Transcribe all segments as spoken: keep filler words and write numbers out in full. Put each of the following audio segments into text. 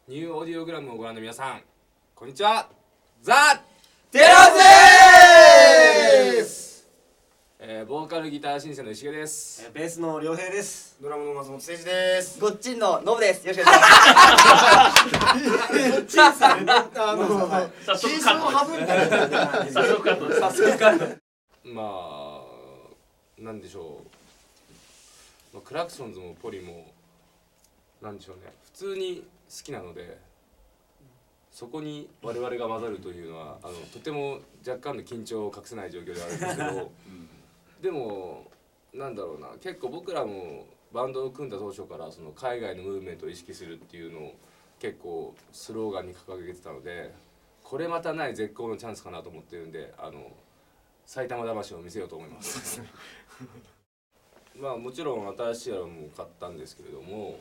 ニューオーディオグラムをご覧の皆さん、こんにちは。ザ・テロズです、 えー、ボーカルギターシンセの石毛です、 えー、ベースの良平です。 ドラムの松本誠二です。 ごっちんのノブです。よろしくお願いします小さいね、あの早速新種を省いたみたいな早速カット。早速カット。 まあなんでしょう、まあ、クラクションズもポリもなんでしょうね、普通に好きなので、そこに我々が混ざるというのはあのとても若干の緊張を隠せない状況ではあるんですけど、うん、でもなんだろうな、結構僕らもバンドを組んだ当初からその海外のムーブメントを意識するっていうのを結構スローガンに掲げてたので、これまたない絶好のチャンスかなと思ってるんで、あの埼玉魂を見せようと思いますまあもちろん新しいアルバムも買ったんですけれども、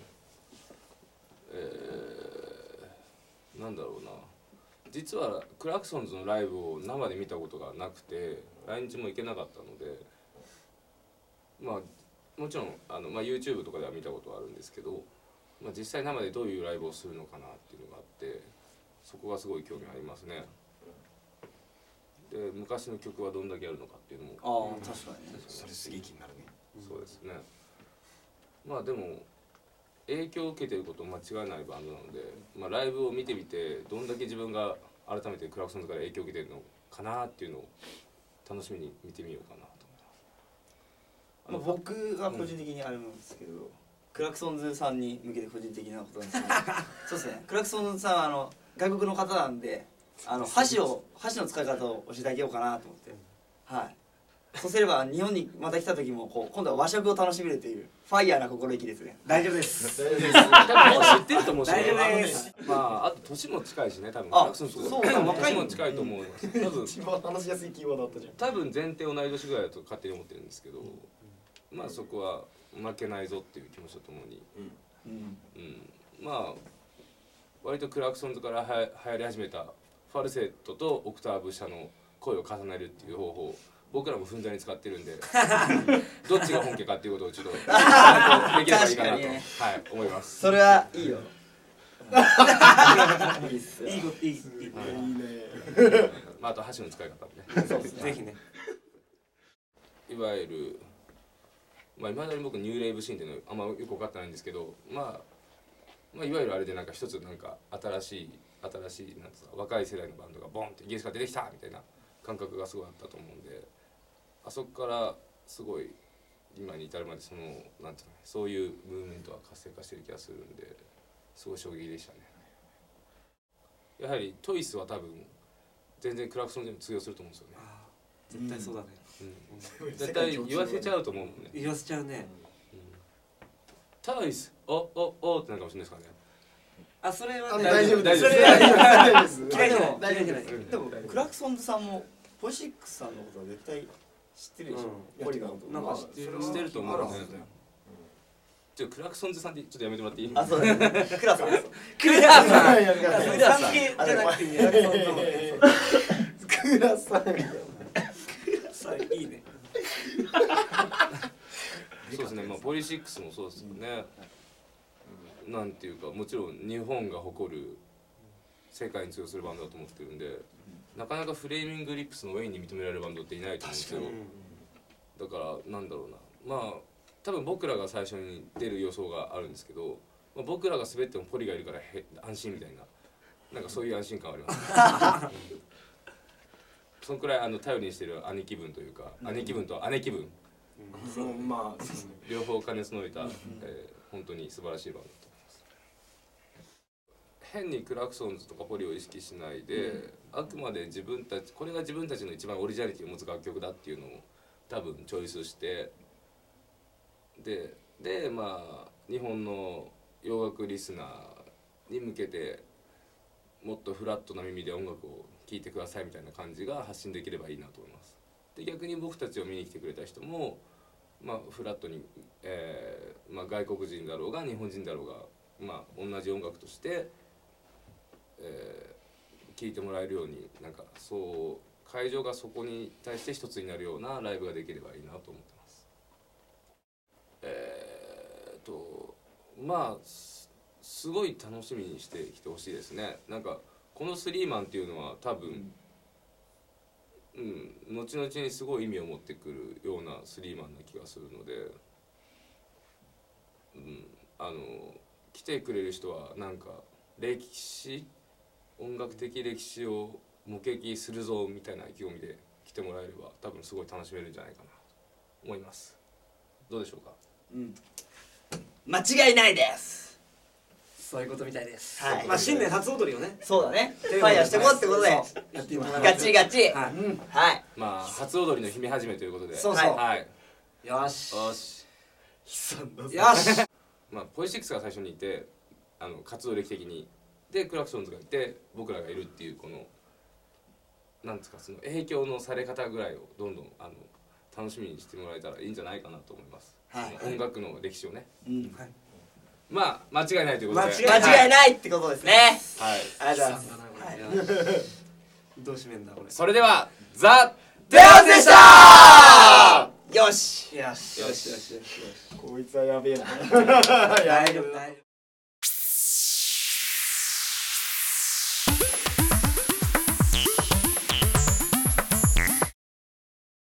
えー、なんだろうな、実はクラクソンズのライブを生で見たことがなくて来日も行けなかったので、まあもちろんあの、まあ、YouTube とかでは見たことはあるんですけど、まあ、実際生でどういうライブをするのかなっていうのがあって、そこがすごい興味ありますね。で昔の曲はどんだけあるのかっていうのも、 ああ確かにね、 それすげえ気になるね。 そうですね。まあでも影響を受けていること間違いないバンドなので、まあ、ライブを見てみてどんだけ自分が改めてクラクソンズから影響を受けているのかなっていうのを楽しみに見てみようかなとまあ、僕が個人的にあれなんですけど、うん、クラクソンズさんに向けて個人的なことなんですけどそうですね、クラクソンズさんはあの外国の方なんで、あの箸を箸の使い方を教えてあげようかなと思って、はい、そうすれば日本にまた来た時もこう今度は和食を楽しめるというファイヤーな心意気ですね。 大丈夫です。 大丈夫です。多分知ってると思うし、 大丈夫です。 まああと年も近いしね、多分あそうそう年も近いと思います。多分一番話しやすいキーワードだったじゃん。 多分前提同い年ぐらいだと勝手に思ってるんですけど、まあそこは負けないぞっていう気持ちとともに、うんうん、まあ割とクラクソンズからはや流行り始めたファルセットとオクターブ下の声を重ねるっていう方法、僕らもふんだんに使ってるんでどっちが本家かっていうことをちょっとできればいいかなと、ね、はい、思います。 それはいいよいいっすよ、 いいこといいいいいいねまああと箸の使い方もねそうですね、ぜひね。 いわゆるまあ今までに僕ニューレイブシーンっていうのあんまよく分かってないんですけど、まあ、まあいわゆるあれでなんか一つなんか新しい新しいなんつうか若い世代のバンドがボンってイギリスから出てきたみたいな感覚がすごいあったと思うんで、あそこからすごい今に至るまでそのなんていうの、そういうムーブメントが活性化してる気がするんで、すごい衝撃でしたね。やはりトイスは多分全然クラクソンでも通用すると思うんですよね。 絶対そうだね。 うん、絶対言わせちゃうと思うもんね。 言わせちゃうね。 トイスおおおってなんかもしれないですからね。 あ、それは大丈夫です。 それ大丈夫です。 嫌いじゃない。 大丈夫嫌いじゃない。 でもクラクソンズさんもポリシックスさんのことは絶対知ってるでしょ、 うん、 ポリのことなんか知ってる知ってると思うね。ちょっとクラクソンズさんでちょっとやめてもらっていい？ あ、そうですね、クラさんですクラさんクラさんクラさんじゃなくていいや。 クラさんクラさんいいね。 そうですね、まあポリシックスもそうですよね。なんていうか、もちろん日本が誇る世界に通用するバンドだと思ってるんで、なかなかフレーミングリップスのウェインに認められるバンドっていないと思うんですけど、だからなんだろうな、まあ多分僕らが最初に出る予想があるんですけど、まあ、僕らが滑ってもポリがいるからへ安心みたいな、なんかそういう安心感はあります、うん、そのくらいあの頼りにしてる兄貴分というか、兄貴分と姉貴分、 うん、まあ両方兼ね備えた、えー、本当に素晴らしいバンドだと思います。変にクラクソンズとかポリを意識しないで、あくまで自分たち、これが自分たちの一番オリジナリティを持つ楽曲だっていうのを多分チョイスして、ででまあ日本の洋楽リスナーに向けてもっとフラットな耳で音楽を聴いてくださいみたいな感じが発信できればいいなと思います。で逆に僕たちを見に来てくれた人も、まあ、フラットに、えーまあ、外国人だろうが日本人だろうが、まあ、同じ音楽として、えー、聴いてもらえるように、なんかそう会場がそこに対して一つになるようなライブができればいいなと思ってます。えー、とまあすごい楽しみにしてきてほしいですね。なんかこのスリーマンっていうのは多分、うん、後々にすごい意味を持ってくるようなスリーマンな気がするので、うん、あの来てくれる人はなんか歴史音楽的歴史を模撃するぞみたいな意気込みで来てもらえれば多分すごい楽しめるんじゃないかなと思います。どうでしょうか。 うん、間違いないです。 そういうことみたいです。 はい、 まあ新年初踊りをね、 そうだね、ファイヤーしてこうってことでやっていただガチガチ、 はい、 うん、はい、 まあ初踊りの姫始めということで、 そうそう、 はい、 よしよしよしまあポリシックスが最初にいて、あの活動歴的にでクラクソンズがいて僕らがいるっていうこのなんですか、その影響のされ方ぐらいをどんどんあの楽しみにしてもらえたらいいんじゃないかなと思います、 はい、 音楽の歴史をね、 うん、 はい、 まあ間違いないということで間違いないってことですね。 はい、 ありがとうございます。はい、 どう締めんだこれ。 それではザ・デアンでしたー。よしよしよしよしよしよし。 こいつはやべえな大丈夫大丈夫。